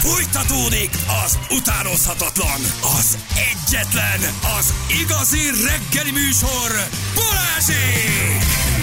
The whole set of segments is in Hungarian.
Fújtatódik az utánozhatatlan, az egyetlen, az igazi reggeli műsor, Balázsék!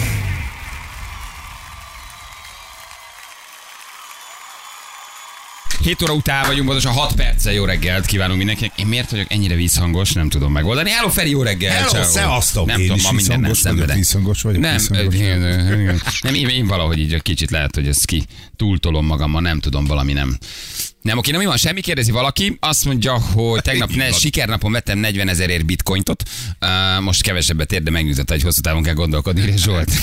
7 óra után vagyunk, pontosan 6 perccel. Jó reggelt kívánunk mindenkinek. Én miért vagyok ennyire vízhangos? Nem tudom megoldani. Hello Feri, jó reggel! Hello, szevasztok! Nem én tudom, is ma minden nem szenvedek. Vízhangos vagyok. Nem, én valahogy így kicsit lehet, hogy ezt ki túltolom magammal, nem tudom, valami nem. Nem, oké, mi van, semmi, kérdezi valaki. Azt mondja, hogy tegnap sikernapon vettem 40 000 bitcointot. Most kevesebbet ér, de megnyugtatta, hogy hosszú távon kell gondolkodni, és Zsolt.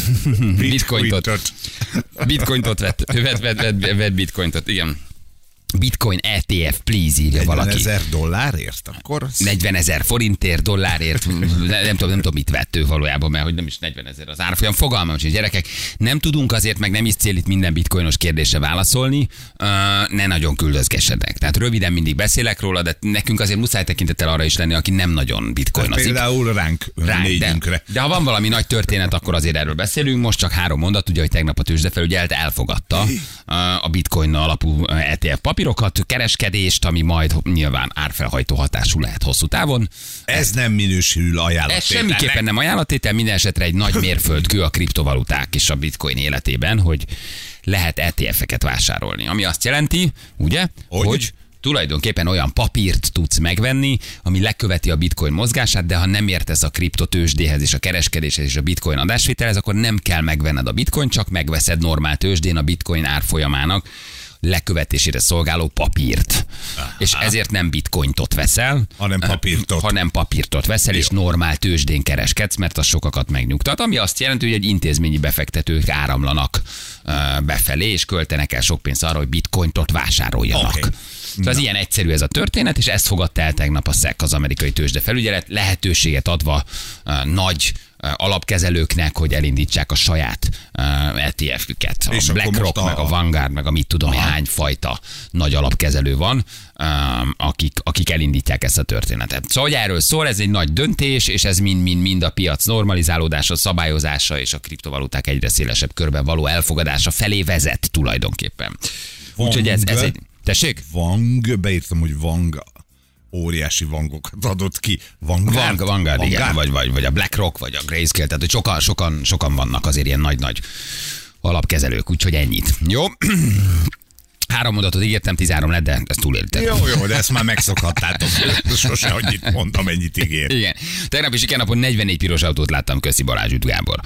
Bitcointot vett bitcointot, igen. Bitcoin ETF, please, írja valaki. $40,000 akkor? 40 000 forintért, dollárért, nem tudom, mit vett ő valójában, mert hogy nem is 40 000 az árfolyam. Fogalmam sincs, gyerekek. Nem tudunk azért, meg nem is cél itt minden bitcoinos kérdésre válaszolni, ne nagyon küldözgessenek. Tehát röviden mindig beszélek róla, de nekünk azért muszáj tekintettel arra is lenni, aki nem nagyon bitcoinozik. Például ránk négyünkre. De ha van valami nagy történet, akkor azért erről beszélünk. Most csak 3 mondat, ugye, hogy tegnap a tőzsdefelügyelet elfogadta a bitcoin alapú ETF papírokat, kereskedést, ami majd nyilván árfelhajtó hatású lehet hosszú távon. Ez nem minősül ajánlattétel. Ez semmiképpen nem ajánlattétel, minden esetre egy nagy mérföldkő a kriptovaluták és a bitcoin életében, hogy lehet ETF-eket vásárolni. Ami azt jelenti, ugye, hogy tulajdonképpen olyan papírt tudsz megvenni, ami leköveti a bitcoin mozgását, de ha nem értesz a kriptotőzsdéhez és a kereskedéshez és a bitcoin adásvételhez, akkor nem kell megvenned a bitcoin, csak megveszed normál tőzsdén a bitcoin árfolyamának lekövetésére szolgáló papírt. Aha. És ezért nem bitcointot veszel, hanem papírtot veszel, és normál tőzsdén kereskedsz, mert az sokakat megnyugtat, ami azt jelenti, hogy egy intézményi befektetők áramlanak befelé, és költenek el sok pénzt arra, hogy bitcointot vásároljanak. Okay. Szóval az ilyen egyszerű ez a történet, és ezt fogadta el tegnap a SEC, az amerikai tőzsdefelügyelet, lehetőséget adva nagy alapkezelőknek, hogy elindítsák a saját ETF-üket. A BlackRock, meg a Vanguard, meg a mit tudom, hány fajta nagy alapkezelő van, akik elindítják ezt a történetet. Szóval, hogy erről szól, ez egy nagy döntés, és ez mind a piac normalizálódása, szabályozása és a kriptovaluták egyre szélesebb körben való elfogadása felé vezet tulajdonképpen. Úgyhogy ez egy... Tessék? Beírtam, hogy Vang óriási vangokat adott ki. Vanguard, igen, vagy a BlackRock, vagy a Grayscale, tehát hogy sokan vannak azért ilyen nagy alapkezelők, úgyhogy ennyit. Jó? 3 mondatot ígértem, 13 lett, de ezt túléltem. Jó, de ezt már megszokhattátok. Sose annyit mondtam, ennyit ígér. Igen. Tegnapi sikernapon 44 piros autót láttam, köszi Balázs, üdv Gábor.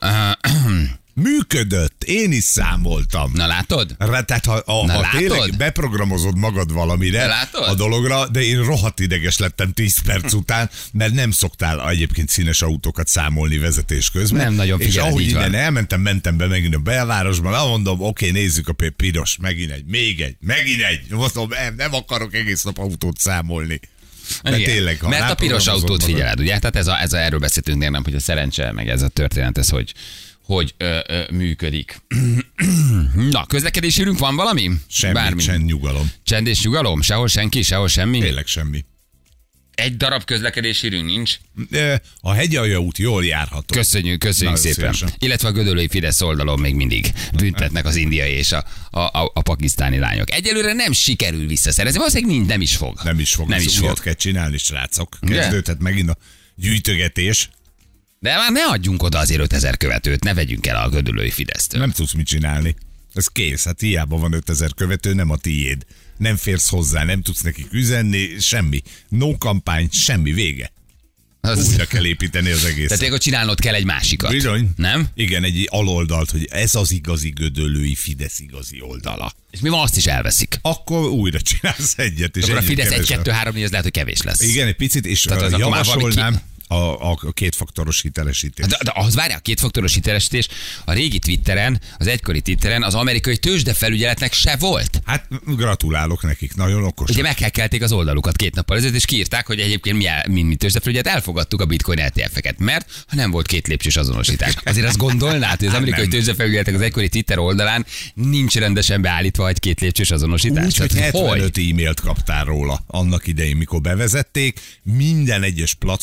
Működött, én is számoltam. Na látod? Tehát ha tényleg beprogramozod magad valamire a dologra, de én rohadt ideges lettem 10 perc után, mert nem szoktál egyébként színes autókat számolni vezetés közben. Nem nagyon figyeled, és ahogy így innen van. mentem be megint a belvárosban, mondom, oké, nézzük a piros, megint egy. Mondom, nem akarok egész nap autót számolni. De tényleg, mert a piros autót figyeled, ugye? Tehát erről beszéltünk nem, hogy a szerencse, meg ez a történet, ez hogy működik. Na, közlekedési ürünk van valami? Semmi, csend, nyugalom. Csend és nyugalom? Sehol senki, sehol semmi? Tényleg semmi. Egy darab közlekedési ürünk nincs? A Hegyalja út jól járható. Köszönjük szépen. Szívesen. Illetve a gödöllői Fidesz oldalon még mindig büntetnek az indiai és a pakisztáni lányok. Egyelőre nem sikerül visszaszerezni, valószínűleg nem is fog. Nem is fog. Kell csinálni, srácok. Kezdődhet megint a gyűjtögetés. De már ne adjunk oda azért 5000 követőt, ne vegyünk el a gödöllői Fidesztől. Nem tudsz mit csinálni. Ez kész, hát hiába van 5000 követő, nem a tiéd. Nem férsz hozzá, nem tudsz nekik üzenni, semmi. No kampány, semmi, vége. Újra kell építeni az egészet. Tehát akkor csinálnod kell egy másikat. Bizony. Nem? Igen, egy aloldalt, hogy ez az igazi gödöllői Fidesz igazi oldala. És mi van, azt is elveszik? Akkor újra csinálsz egyet. És akkor a Fidesz 1, 2, 3, 4, az lehet, hogy kevés lesz. Igen, egy picit, és javasolnám a kétfaktoros hitelesítés. De ahhoz várjál, a kétfaktoros hitelesítés a régi Twitteren, az egykori Twitteren az amerikai tőzsdefelügyeletnek se volt. Hát gratulálok nekik, nagyon okosak. Ugye megkelték az oldalukat 2 nappal ezelőtt, és kiírták, hogy egyébként mi tőzsdefelügyelet elfogadtuk a bitcoin ETF-eket, mert nem volt 2 lépcsős azonosítás. Azért azt gondolnád, hogy az amerikai tőzsdefelügyeletek az egykori Twitter oldalán nincs rendesen beállítva egy 2 lépcsős azonosítás. Úgy, hogy 75 e-mailt kaptál róla annak idején, mikor bevezették. Minden egyes platform, ahol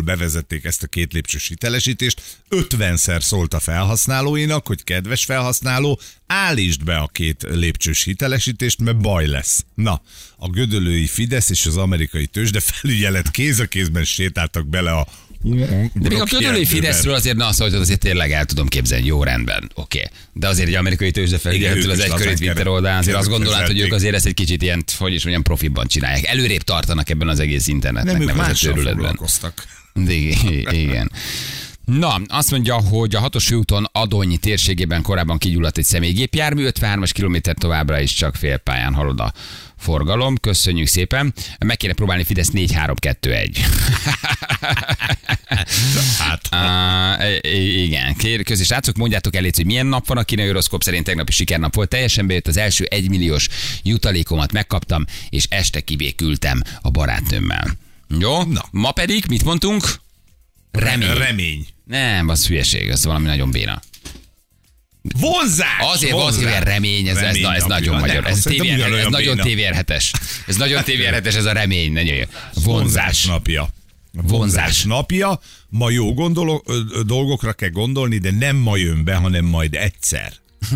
bevezették ezt a 2 lépcsős hitelesítést, 50-szer szólt a felhasználóinak, hogy kedves felhasználó, állítsd be a 2 lépcsős hitelesítést, mert baj lesz. Na, a gödöllői Fidesz és az amerikai tőzsdefelügyelet kéz a kézben sétáltak bele a de még a gödöllői Fideszről azért, na azt, hogy azért tényleg el tudom képzelni, jó rendben, oké. De azért egy amerikai tőzsdefelügyeletről az egy körét Twitter oldalán, azért azt gondolnád, hogy ők azért ezt egy kicsit ilyen, hogy is mondjam, profibban csinálják. Előrébb tartanak ebben az egész internetnek nevezett őrületben. Igen. Na, azt mondja, hogy a 6-os főúton Adony térségében korábban kigyulladt egy személygépjármű, 53-as kilométer továbbra is csak félpályán halad a forgalom. Köszönjük szépen. Meg kéne próbálni Fidesz 4-3-2-1. Igen. Közös srácok, mondjátok el, hogy milyen nap van a kínai horoszkóp szerint, tegnapi sikernap volt. Teljesen bejött, az első 1 milliós jutalékomat megkaptam, és este kibékültem a barátnőmmel. Jó? Na. Ma pedig mit mondtunk? Remény. Nem, az hülyeség, az valami nagyon béna. Vonzás! Azért remény, ez nagyon magyar. Ez nagyon TVR7-es. Ez nagyon TVR7-es, ez a remény. Nagyon jó. Vonzás napja. Ma jó dolgokra kell gondolni, de nem ma jön be, hanem majd egyszer.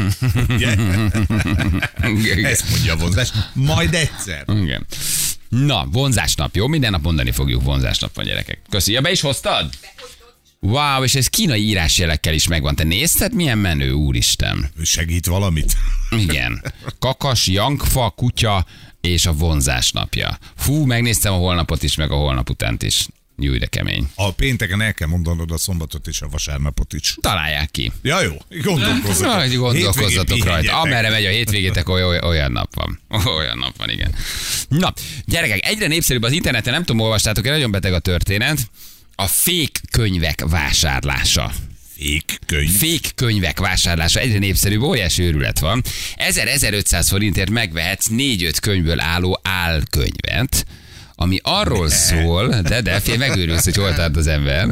Ezt mondja a vonzás. Majd egyszer. Igen. Na, vonzásnap, jó? Minden nap mondani fogjuk, vonzásnap van, gyerekek. Köszi. Ja, be is hoztad? Wow, és ez kínai írásjelekkel is megvan. Te nézted, milyen menő, úristen? Segít valamit? Igen. Kakas, jankfa, kutya és a vonzás napja. Fú, megnéztem a holnapot is, meg a holnap utánt is. Jó, de kemény. A pénteken el kell mondanod a szombatot és a vasárnapot is. Találják ki. Ja, jó. Gondolkozzatok rajta. Amerre megy a hétvégétek, olyan nap van. Olyan nap van, igen. Na, gyerekek, egyre népszerűbb az interneten, nem tudom, olvastátok, nagyon beteg a történet. A fake könyvek vásárlása. Fake könyvek vásárlása egyre népszerűbb, óriási őrület van. 1000-1500 forintért megvehetsz 4-5 könyvből álló álkönyvet, ami arról szól, de fél megőrülsz, hogy hol tart az ember,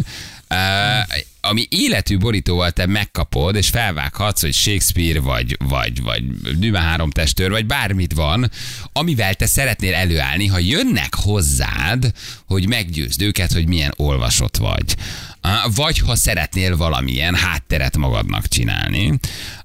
ami életű borítóval te megkapod, és felvághatsz, hogy Shakespeare, vagy Dumas 3 testőr, vagy bármit van, amivel te szeretnél előállni, ha jönnek hozzád, hogy meggyőzd őket, hogy milyen olvasott vagy. Vagy ha szeretnél valamilyen hátteret magadnak csinálni,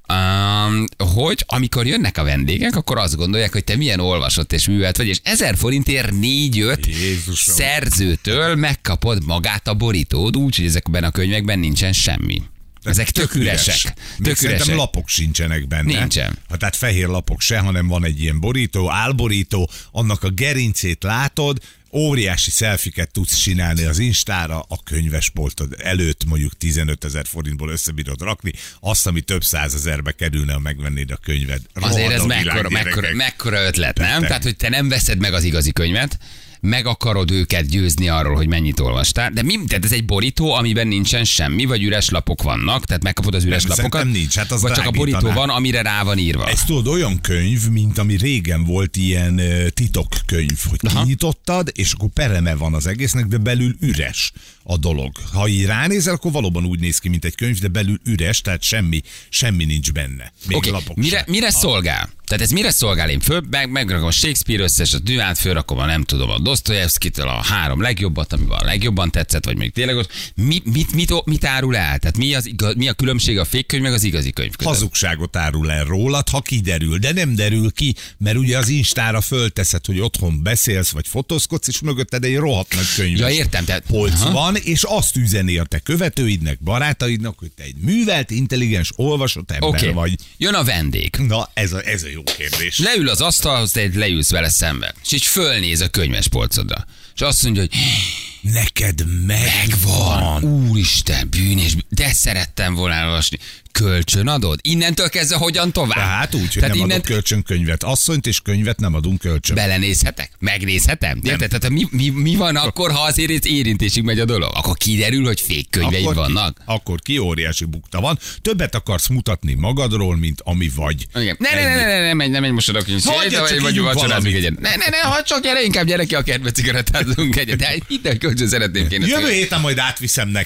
hogy amikor jönnek a vendégek, akkor azt gondolják, hogy te milyen olvasott és művelt vagy, és 1000 forintért 4-5 szerzőtől megkapod magát a borítód, úgyhogy ezekben a könyvekben nincsen semmi. Ezek tök üresek. Szerintem lapok sincsenek benne. Nincsen. Tehát fehér lapok se, hanem van egy ilyen borító, álborító, annak a gerincét látod, óriási szelfiket tudsz csinálni az Instára, a könyvesboltod előtt mondjuk 15 000 forintból összebírod rakni, azt, ami több 100 000-be kerülne, ha megvennéd a könyved. Azért ez mekkora ötlet, nem? Tehát, hogy te nem veszed meg az igazi könyvet, meg akarod őket győzni arról, hogy mennyit olvastál. De tehát ez egy borító, amiben nincsen semmi, vagy üres lapok vannak, tehát megkapod az üres lapokat, nincs, hát az vagy csak a borító van, amire rá van írva. Ez tudod, olyan könyv, mint ami régen volt ilyen titokkönyv, hogy kinyitottad, és akkor pereme van az egésznek, de belül üres a dolog. Ha így ránézel, akkor valóban úgy néz ki, mint egy könyv, de belül üres, tehát semmi nincs benne. Még lapok mire szolgál? Tehát ez mire szolgál? Én megrakom a Shakespeare összes, a Dumánt fölrakom, nem tudom, a Dostoyevskitől a 3 legjobbat, amivel a legjobban tetszett, vagy még tényleg mit árul el? Tehát mi a különbség a fake könyv meg az igazi könyv között? Hazugságot árul el rólad, ha kiderül, de nem derül ki, mert ugye az Instára fölteszed, hogy otthon beszélsz, vagy fotózkodsz, és mögötted egy rohadt nagy könyv. Ja, értem. Polc van, és azt üzeni a te követőidnek, barátaidnak, hogy te egy művelt, intelligens, olvasott ember vagy. Jön a vendég. Na, ez a jó kérdés. Leül az asztalhoz, te leülsz vele szembe, és így fölnéz a könyves polcodra. És azt mondja, hogy neked megvan. Úristen, bűnés, de szerettem volna elolvasni. Kölcsön adod? Innentől kezdve hogyan tovább? Tehát úgy, hogy nem adok kölcsönkönyvet. Asszonyt és könyvet nem adunk kölcsön. Belenézhetek? Megnézhetem? Érted? Tehát mi van akkor, ha azért érintésig megy a dolog? Akkor kiderül, hogy fék könyveid vannak? Akkor ki óriási bukta van. Többet akarsz mutatni magadról, mint ami vagy. Ne menj most oda, vagy vacsorázni egyet. Ne, ha csak gyere, inkább gyere ki a kertbe cigarettázunk egyet. De minden kölcsön szeretném kéne. Jövő héten majd átviszem neked.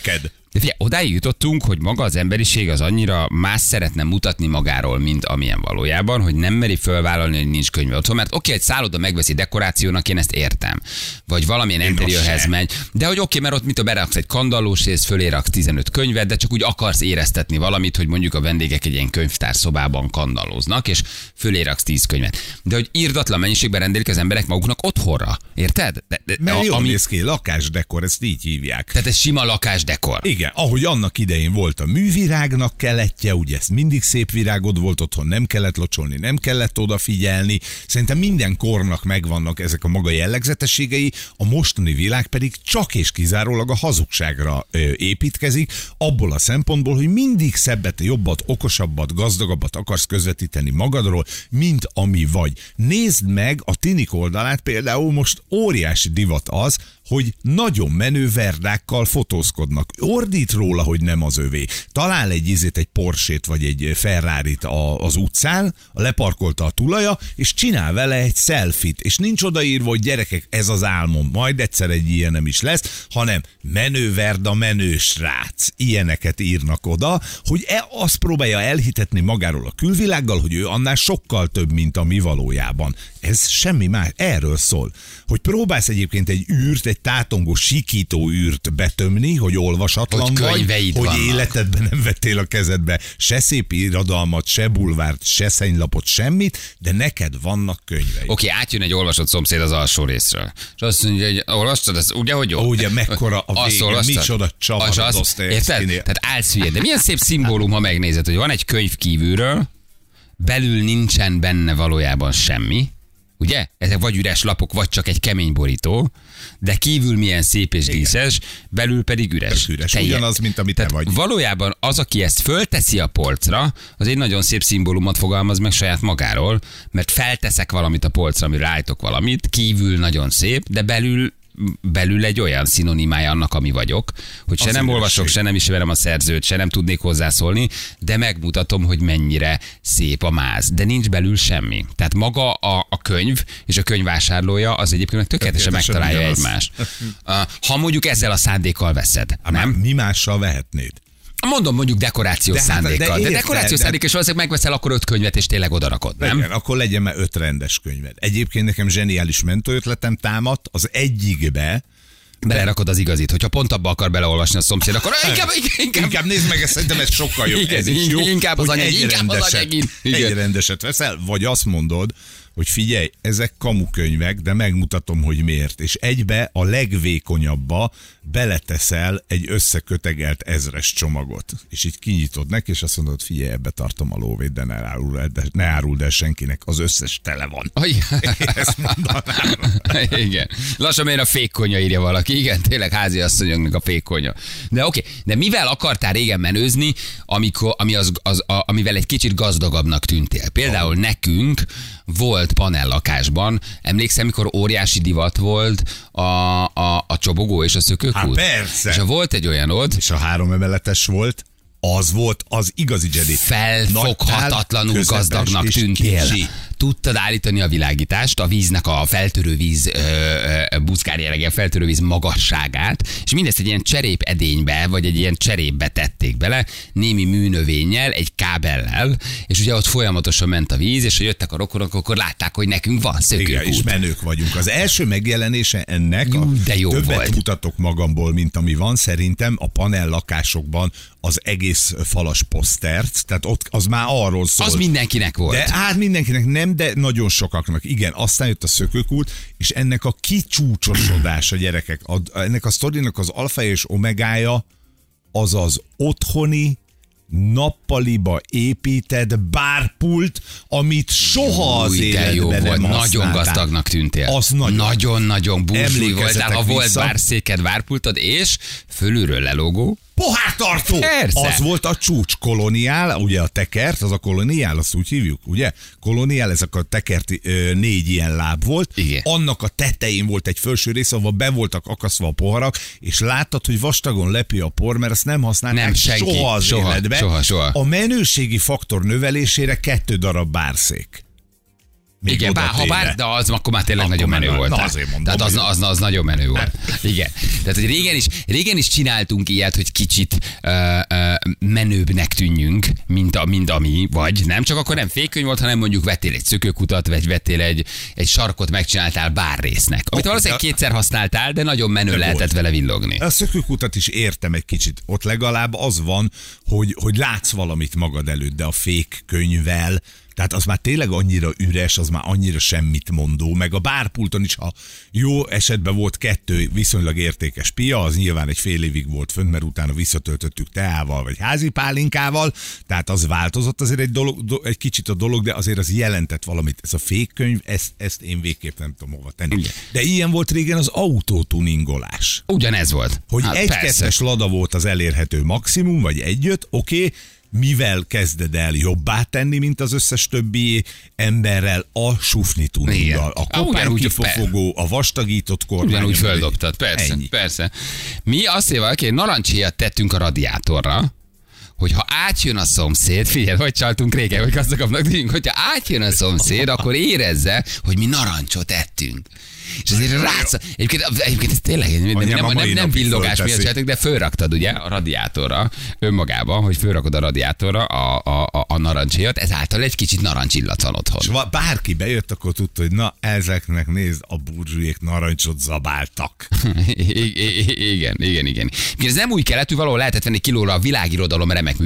De figyelj, odáig jutottunk, hogy maga az emberiség az annyira más szeretne mutatni magáról, mint amilyen valójában, hogy nem meri fölvállalni, hogy nincs könyve otthon, mert oké, egy szálloda megveszi dekorációnak, én ezt értem. Vagy valamilyen interiőrhez megy. De hogy oké, mert ott mit a beraksz egy kandallós rész, fölé raksz 15 könyvet, de csak úgy akarsz éreztetni valamit, hogy mondjuk a vendégek egy ilyen könyvtárszobában kandallóznak, és fölé raksz 10 könyvet. De hogy irdatlan mennyiségben rendelik az emberek maguknak otthonra. Érted? Mert jól néz ki, lakásdekor, ezt így hívják. Tehát ez sima lakásdekor. Igen, ahogy annak idején volt a művirágnak keletje, ugye ez mindig szép virágod volt otthon, nem kellett locsolni, nem kellett odafigyelni. Szerintem minden kornak megvannak ezek a maga jellegzetességei, a mostani világ pedig csak és kizárólag a hazugságra építkezik, abból a szempontból, hogy mindig szebbet, jobbat, okosabbat, gazdagabbat akarsz közvetíteni magadról, mint ami vagy. Nézd meg a tinik oldalát, például most óriási divat az, hogy nagyon menő verdákkal fotózkodnak. Ordít róla, hogy nem az övé. Talál egy Porsét vagy egy Ferrarit az utcán, leparkolta a tulaja, és csinál vele egy selfit. És nincs odaírva, hogy gyerekek, ez az álmom, majd egyszer egy ilyen nem is lesz, hanem menő verda, menő srác. Ilyeneket írnak oda, hogy azt próbálja elhitetni magáról a külvilággal, hogy ő annál sokkal több, mint ami valójában. Ez semmi más. Erről szól. Hogy próbálsz egyébként egy űrt, egy tátongó, sikító űrt betömni, hogy olvasatlan hogy vagy, hogy életedben nem vettél a kezedbe se szép irodalmat, se bulvárt, se szennylapot, semmit, de neked vannak könyveid. Oké, átjön egy olvasott szomszéd az alsó részről. És azt mondja, hogy olvastad, ez ugye, hogy jó? Ugye, mekkora a vége, micsoda csavar a Dostoyevszkinél. Tehát állsz hülye. De milyen szép szimbólum, ha megnézed, hogy van egy könyv kívülről, belül nincsen benne valójában semmi, ugye? Ezek vagy üres lapok, vagy csak egy kemény borító, de kívül milyen szép és díszes, belül pedig üres. Ugyanaz, mint amit te vagy. Valójában az, aki ezt fölteszi a polcra, az egy nagyon szép szimbólumot fogalmaz meg saját magáról, mert felteszek valamit a polcra, amire állítok valamit, kívül nagyon szép, de belül egy olyan szinonimája annak, ami vagyok, hogy se nem olvasok, se nem ismerem a szerzőt, se nem tudnék hozzászólni, de megmutatom, hogy mennyire szép a máz. De nincs belül semmi. Tehát maga a könyv és a könyvvásárlója az egyébként tökéletesen megtalálja egymást. Ha mondjuk ezzel a szándékkal veszed, nem? Mi mással vehetnéd? Mondom mondjuk dekorációs szándékkal. De dekorációs szándékkal is valószínűleg megveszel akkor 5 könyvet, és tényleg odarakod, nem? Igen, akkor legyen már 5 rendes könyved. Egyébként nekem zseniális mentorötletem támadt, az egyikbe belerakod az igazit, hogyha pont abba akar beleolvasni a szomszéd, akkor inkább nézd meg, ezt szerintem ez sokkal jobb. Igen, ez is jó, inkább az anyagin. Egy rendeset veszel, vagy azt mondod, hogy figyelj, ezek kamukönyvek, de megmutatom, hogy miért. És egybe a legvékonyabbba beleteszel egy összekötegelt 1000-es csomagot. És így kinyitod neki, és azt mondod, figyelj, ebbe tartom a lóvét, de ne áruld el senkinek, az összes tele van. Ezt mondanám. Igen. Lassan miért a fékkonya írja valaki. Igen, tényleg háziasszonyoknak a fékkonya. De oké, de mivel akartál régen menőzni, amivel egy kicsit gazdagabbnak tűntél? Például nekünk volt panellakásban, emlékszem, mikor óriási divat volt a csobogó és a szökőkút? Persze. És volt egy olyanod. És a 3 emeletes volt, az volt az igazi Jedi. Felfoghatatlanul gazdagnak tűntél. Tudtad állítani a világítást, a víznek a feltörő víz buszkár jellege, a feltörő víz magasságát, és mindezt egy ilyen cserép edénybe, vagy egy ilyen cserépbe tették bele, némi műnövénnyel, egy kábellel, és ugye ott folyamatosan ment a víz, és ha jöttek a rokonok, akkor látták, hogy nekünk van szökőkút. Igen, és menők vagyunk. Az első megjelenése ennek, de jó többet volt. mutatok magamból, mint ami van, szerintem a panel lakásokban az egész falas posztert, tehát ott az már arról szól. Az mindenkinek volt. De hát mindenkinek nem, de nagyon sokaknak. Igen, aztán jött a szökőkút, és ennek a kicsúcsosodása, gyerekek, ennek a sztorinak az alfa és omegája az az otthoni nappaliba épített bárpult, amit soha az életben nem használtál. Nagyon gazdagnak tűntél. Az nagyon búsúly voltál, ha volt bárszéked, bárpultod, és fölülről lelógó pohártartó! Persze. Az volt a csúcs koloniál, ugye a tekert, az a koloniál, azt úgy hívjuk, ugye? Koloniál, ezek a tekert 4 ilyen láb volt. Igen. Annak a tetején volt egy felső része, ahol be voltak akasztva a poharak, és láttad, hogy vastagon lepi a por, mert ezt nem használták soha az életben. Soha. A menőségi faktor növelésére 2 darab bárszék. Igen, bár, de az akkor már tényleg nagyon menő volt. Tehát az nagyon menő volt. Igen. Tehát, hogy régen is csináltunk ilyet, hogy kicsit menőbbnek tűnjünk, mint ami vagy. Nem csak akkor nem fékkönyv volt, hanem mondjuk vettél egy szökőkutat, vagy vettél egy sarkot, megcsináltál bárrésznek. Amit valószínűleg kétszer használtál, de nagyon menő lehetett vele villogni. A szökőkutat is értem egy kicsit. Ott legalább az van, hogy látsz valamit magad előtt, de a fékkönyvvel, tehát az már tényleg annyira üres, az már annyira semmit mondó, meg a bárpulton is, ha jó esetben volt 2 viszonylag értékes pia, az nyilván egy fél évig volt fönt, mert utána visszatöltöttük teával, vagy házi pálinkával, tehát az változott azért egy kicsit a dolog, de azért az jelentett valamit. Ez a fékkönyv, ezt én végképp nem tudom hova tenni. Igen. De ilyen volt régen az autótuningolás. Ugyanez volt. Hogy 1-2-es lada volt az elérhető maximum, vagy 1-5, oké, mivel kezded el jobbá tenni, mint az összes többi emberrel, a sufni tuninggal, a kopánykifofogó, a vastagított kormány. Ugyanúgy földobtad, persze. Mi azt mondjuk, hogy narancshéjat tettünk a radiátorra, hogyha átjön a szomszéd, figyelj, hogy csaltunk régen, hogy gazdagabbnak tűnünk, hogyha átjön a szomszéd, akkor érezze, hogy mi narancsot ettünk. És azért rátsz, egyébként ez tényleg nem villogás miatt csináltuk, de fölraktad ugye a radiátorra önmagában, hogy fölrakod a radiátorra a narancshéjat, ezáltal egy kicsit narancsillat van otthon. És bárki bejött, akkor tudta, hogy na ezeknek nézd, a burzsujék narancsot zabáltak. Igen. Ez nem új keletű, valahol lehetett venni kilóra a világirodalom remekmű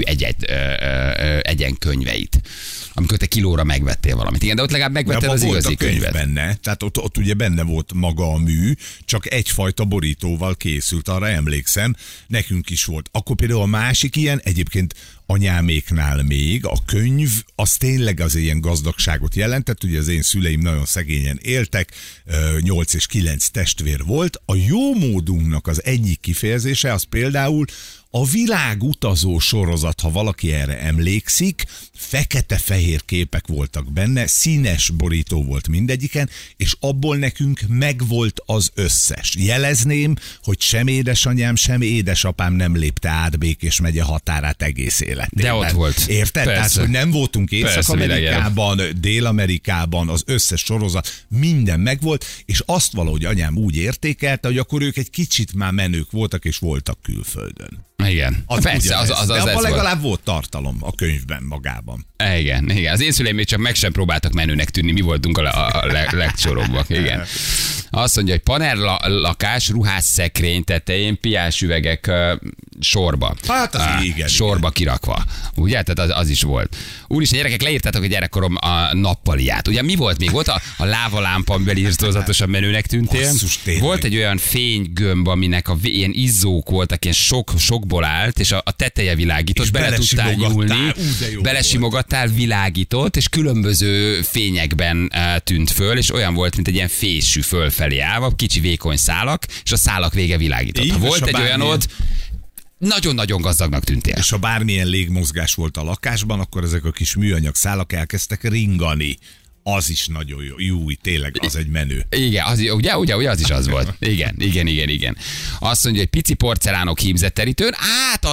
egyenkönyveit, amikor te kilóra megvettél valamit. Igen, de ott legalább megvetted az igazi könyvet. Benne, tehát ott ugye benne volt maga a mű, csak egyfajta borítóval készült, arra emlékszem, nekünk is volt. Akkor például a másik ilyen, egyébként anyáméknál még, a könyv, az tényleg az ilyen gazdagságot jelentett, ugye az én szüleim nagyon szegényen éltek, 8 és 9 testvér volt. A jó módunknak az egyik kifejezése az például a világutazó sorozat, ha valaki erre emlékszik, fekete-fehér képek voltak benne, színes borító volt mindegyiken, és abból nekünk megvolt az összes. Jelezném, hogy sem édesanyám, sem édesapám nem lépte át Békés megye határát egész életében. De ott volt. Érted? Persze. Tehát, hogy nem voltunk Észak-Amerikában, Dél-Amerikában, az összes sorozat, minden megvolt, és azt valahogy anyám úgy értékelte, hogy akkor ők egy kicsit már menők voltak, és voltak külföldön. Igen. Persze, az de abban legalább volt tartalom a könyvben magában. Igen. Az én szüleim még csak meg sem próbáltak menőnek tűnni, mi voltunk a legcsorobbak. Igen. Azt mondja, hogy panellakás, ruhásszekrény tetején piás üvegek sorba. Hát az igen. Sorba kirakva. Ugye? Tehát az is volt. Úristen, gyerekek, leírtátok a gyerekkorom a nappaliát. Ugye mi volt még? Volt a lávalámpa, amivel írtózatosan menőnek tűntél. Volt egy olyan fénygömb, aminek ilyen izzók voltak, ilyen sokból állt, és a teteje világított, bele tudtál nyúlni, belesimogattál, világított, és különböző fényekben tűnt föl, és olyan volt, mint egy ilyen fésű fölfelé állva, kicsi vékony szálak, és a szálak vége világított. Ha volt egy olyanod, nagyon-nagyon gazdagnak tűntél. És ha bármilyen légmozgás volt a lakásban, akkor ezek a kis műanyag szálak elkezdtek ringani. Az is nagyon jó. Tényleg, az egy menő. Igen, ugye az is az volt. Igen. Azt mondja, hogy pici porcelánok hímzetterítőn, hát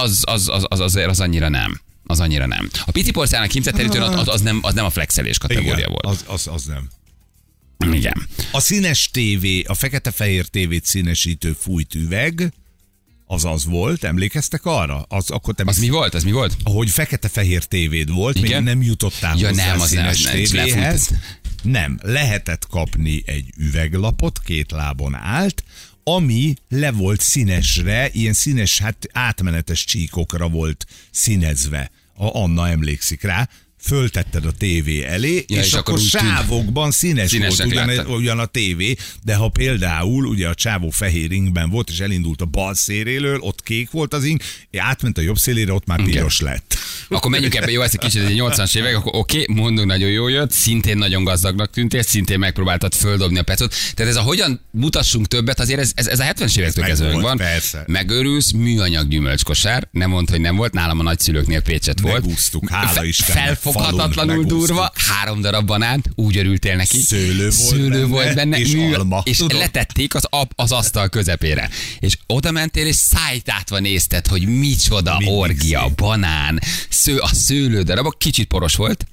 az annyira nem. Az annyira nem. A pici porcelánok hímzetterítőn az nem a flexelés kategória igen, volt. Az nem. Igen. A színes tévé, a fekete-fehér tévét színesítő fújt üveg, az volt, emlékeztek arra? Az mi volt? Ahogy fekete-fehér tévéd volt, igen? Még nem jutottál hozzá a színes tévéhez. Nem, lehetett kapni egy üveglapot, 2 lábon állt, ami le volt színesre, ilyen színes, hát átmenetes csíkokra volt színezve. Anna emlékszik rá. Föltetted a tévé elé, és akkor sávokban színes volt ugyan a tévé, de ha például ugye a csávó fehér ringben volt, és elindult a bal széléről, ott kék volt az ing, átment a jobb szélére, ott már piros lett. Akkor menjünk ebbe, jó, ez egy kicsit egy 80-as évek, akkor oké, mondunk, nagyon jó jött, szintén nagyon gazdagnak tűntél, szintén megpróbáltad földobni a pecot. Tehát ez a hogyan mutassunk többet, azért ez a 70-es évektől kezdve van. Persze. Megörülsz, műanyag gyümölcskosár, nem mondd, hogy nem volt, nálam a nagyszülőknél Pécset volt. Megúsztuk, hála Istennek. Felfoghatatlanul durva, 3 darab banán, úgy örültél neki. Szőlő volt benne és alma. És letették az asztal közepére. És oda mentél, és szájtátva nézted, hogy micsoda orgia, banán, a szőlő darab, kicsit poros volt,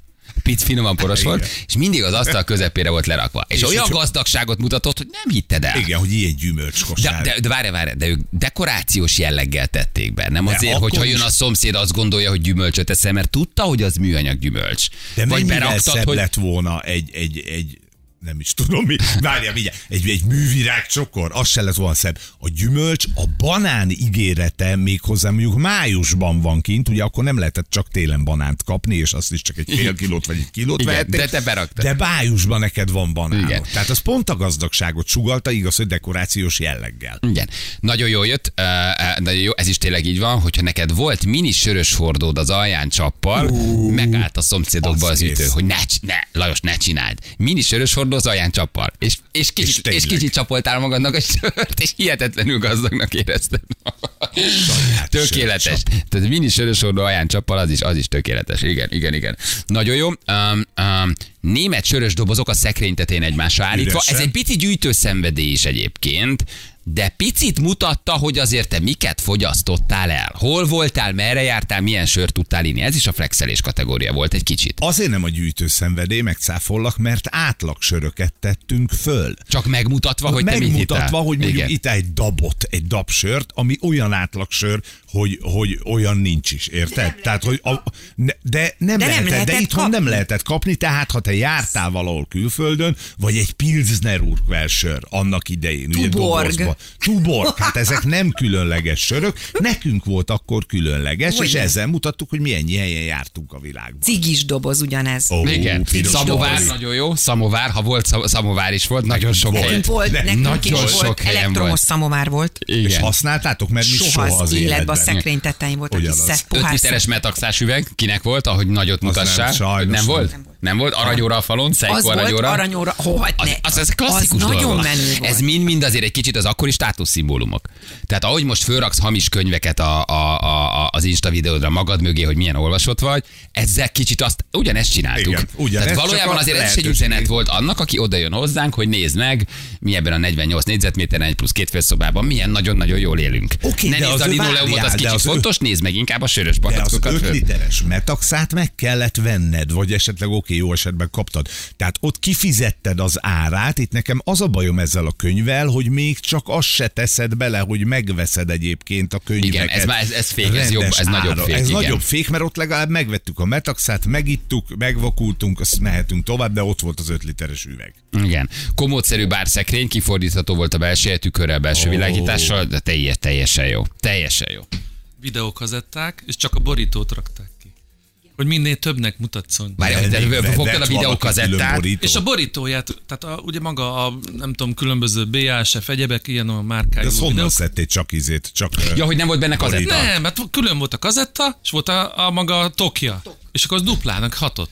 pici finoman poros volt, és mindig az asztal közepére volt lerakva. És olyan csak... gazdagságot mutatott, hogy nem hitted el. Igen, hogy ilyen gyümölcskosár. De várj, de ők dekorációs jelleggel tették be. Nem azért, hogyha jön a szomszéd, azt gondolja, hogy gyümölcsöt eszel, mert tudta, hogy az műanyag gyümölcs. De mennyivel szebb lett volna egy nem is tudom mi. Várjál, mindjárt. Egy művirág csokor, az se lett volna szebb. A gyümölcs, a banán ígérete méghozzá mondjuk májusban van kint, ugye akkor nem lehetett csak télen banánt kapni, és azt is csak egy fél kilót vagy egy kilót vehették. De te beraktad. De májusban neked van banánod. Igen. Tehát az pont a gazdagságot sugallta, igaz, hogy dekorációs jelleggel. Igen. Nagyon jól jött, nagyon jó, ez is tényleg így van, hogyha neked volt mini sörös hordód az alján csappal, megállt a szomszédokba az ütő, hogy Lajos, ne csináld. Mini sörös hordó az alján csappal. És kicsit csapoltál magadnak a sört, és hihetetlenül gazdagnak érezted. Tökéletes. Tehát mini sörös hordó alján csappal, az is tökéletes. Igen. Nagyon jó. Német sörös dobozok a szekrény tetején egymásra állítva. Üresen. Ez egy pici gyűjtőszenvedély is egyébként, de picit mutatta, hogy azért te miket fogyasztottál el. Hol voltál, merre jártál, milyen sört tudtál inni. Ez is a flexelés kategória volt egy kicsit. Azért nem a gyűjtőszenvedély, megcáfollak, mert átlagsöröket tettünk föl. Csak megmutatva, hogy te mit hittál. Megmutatva, hogy mondjuk itt egy dabsört, ami olyan átlagsör, hogy olyan nincs is, érted? Tehát, hogy de lehetett itthon nem lehetett kapni, tehát ha te jártál valahol külföldön, vagy egy Pilsner Urquell-sör annak idején, ugye dobozban. Tuborg, hát ezek nem különleges sörök, nekünk volt akkor különleges, és ezzel mutattuk, hogy milyen helyen jártunk a világban. Cigis doboz ugyanez. Igen, szamovár nagyon jó, szamovár, ha volt szamovár is volt, nagyon sok helyen. Nekünk is volt, elektromos szamovár volt. Igen. És használtátok, mert mi soha az életben. A szekrény tetején volt, hogy 5 literes metaxás üveg, kinek volt, ahogy nagyot mutassál? Nem volt? Nem volt? Aranyóra a falon? Szejkó aranyóra? Aranyóra. Az klasszikus dolog. Nagyon menő volt. Ez mind azért egy kicsit az akkori státuszszimbólumok. Tehát ahogy most fölraksz hamis könyveket az Insta videódra magad mögé, hogy milyen olvasott vagy, ezzel kicsit ugyanezt csináltuk. Igen, tehát valójában azért ez egy üzenet volt annak, aki oda jön hozzánk, hogy nézd meg, mi ebben a 48 négyzetméteren, 1 plusz 2 félszobában milyen nagyon-nagyon jól élünk. Ne nézd a linoleumot, az kicsit fontos, nézd meg inkább a sörös palackokat. De az 5 literes metaxát meg kellett venned, vagy esetleg jó esetben kaptad. Tehát ott kifizetted az árát, itt nekem az a bajom ezzel a könyvvel, hogy még csak azt se teszed bele, hogy megveszed egyébként a könyveket. Igen, ez fék, ez jobb, ez nagyobb fék. Ez nagyobb fék, mert ott legalább megvettük a metaxát, megittuk, megvakultunk, azt mehetünk tovább, de ott volt az 5 literes üveg. Igen. Komódszerű bárszekrény, kifordítható volt a belső tükörrel, belső világítással, de teljesen jó. Teljesen jó. Videókazetták, és csak a borítót rakták ki. Hogy minél többnek mutatszon. Várjál, de fogtad a videókazettát. És a borítóját, tehát ugye maga a, nem tudom, különböző BASF, egyebek, ilyen a márkájú. De honnan szedték csak ízét? Ja, hogy nem volt benne kazetta? Nem, hát külön volt a kazetta, és volt a maga Tokja. És akkor az duplának hatott.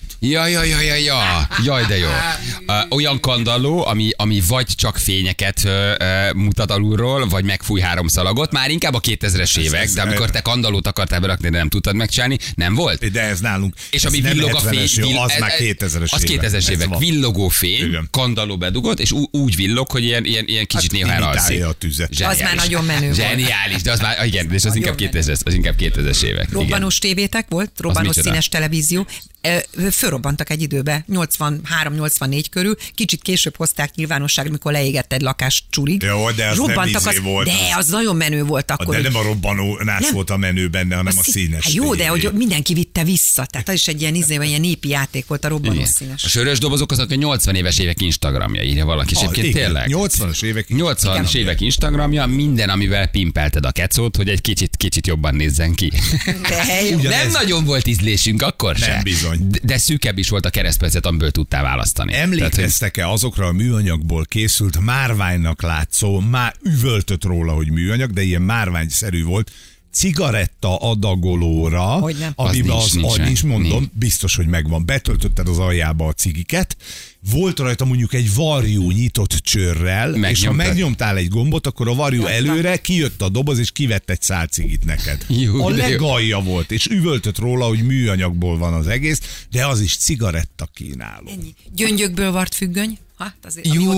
Jaj, de jó. Olyan kandalló, ami vagy csak fényeket mutat alulról, vagy megfúj 3 szalagot, már inkább a 2000-es évek, de amikor te kandallót akartál berakni, de nem tudtad megcsinálni, nem volt? De ez nálunk. És ami villog a fény, az már 2000-es az 2000-es évek. Villogó fény, igen. Kandalló bedugott, és úgy villog, hogy ilyen kicsit néha elalszik. A tüzet. Az már nagyon menő volt. Zseniális, de az már, igen, és az inkább 2000-es évek. Robbanós tévétek volt, robbanós színes televízió. Fölrobbantak egy időbe, 83-84 körül, kicsit később hozták nyilvánosságra, mikor leégett egy lakás csurig. Jó, de az robbantak, nem volt. De az nagyon menő volt akkor. De nem a robbanónás volt a menő benne, hanem a színes. Hát jó, de hogy mindenki vitte vissza. Tehát az is egy ilyen népi játék volt a robbanós színes. A sörös dobozok azok a 80 éves évek Instagramja, írja valaki. És egyébként tényleg. 80-as évek Instagramja, minden, amivel pimpelted a kecót, hogy egy kicsit jobban nézzen ki. Nem nagyon volt ízlésünk akkor sem. Nem bizony. De szűkebb is volt a keresztmetszet, amiből tudtál választani. Emlékeztek-e azokra a műanyagból készült márványnak látszó, már üvöltött róla, hogy műanyag, de ilyen márványszerű volt, cigaretta adagolóra, amiben nincs, mondom, biztos, hogy megvan. Betöltötted az aljába a cigiket, volt rajta mondjuk egy varjú nyitott csőrrel, és ha megnyomtál egy gombot, akkor a varjú előre kijött a doboz, és kivett egy szál cigit neked. A legalja volt, és üvöltött róla, hogy műanyagból van az egész, de az is cigaretta kínáló. Ennyi. Gyöngyökből vart függöny. Jó,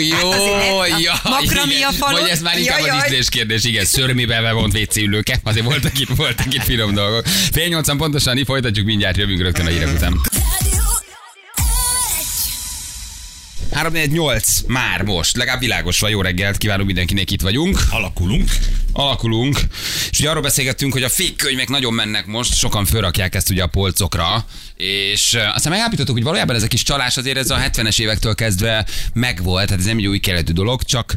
makramia falon. Vagy ez már inkább az ízlés kérdés, igen, szörmébe bevont WC ülőke, azért voltak itt finom dolgok. 7:08 pontosan, folytatjuk mindjárt, jövünk rögtön a hírek után. 348 már most, legalább világos van, jó reggelt, kívánunk mindenkinek, itt vagyunk. Alakulunk. És ugye arról beszélgettünk, hogy a fékkönyvek nagyon mennek most, sokan fölrakják ezt ugye a polcokra, és aztán megállapítottuk, hogy valójában ez a kis csalás azért ez a 70-es évektől kezdve megvolt, tehát ez nem egy új keletű dolog, csak